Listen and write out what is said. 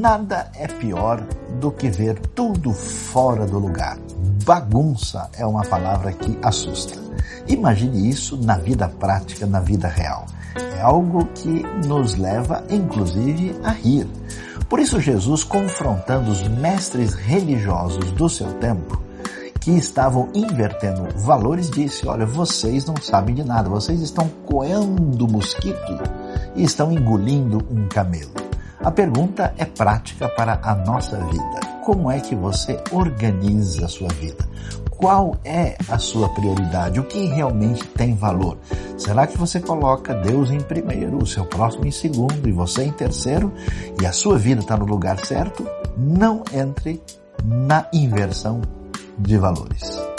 Nada é pior do que ver tudo fora do lugar. Bagunça é uma palavra que assusta. Imagine isso na vida prática, na vida real. É algo que nos leva, inclusive, a rir. Por isso Jesus, confrontando os mestres religiosos do seu tempo, que estavam invertendo valores, disse: olha, vocês não sabem de nada, vocês estão coendo mosquito e estão engolindo um camelo. A pergunta é prática para a nossa vida. Como é que você organiza a sua vida? Qual é a sua prioridade? O que realmente tem valor? Será que você coloca Deus em primeiro, o seu próximo em segundo e você em terceiro, e a sua vida está no lugar certo? Não entre na inversão de valores.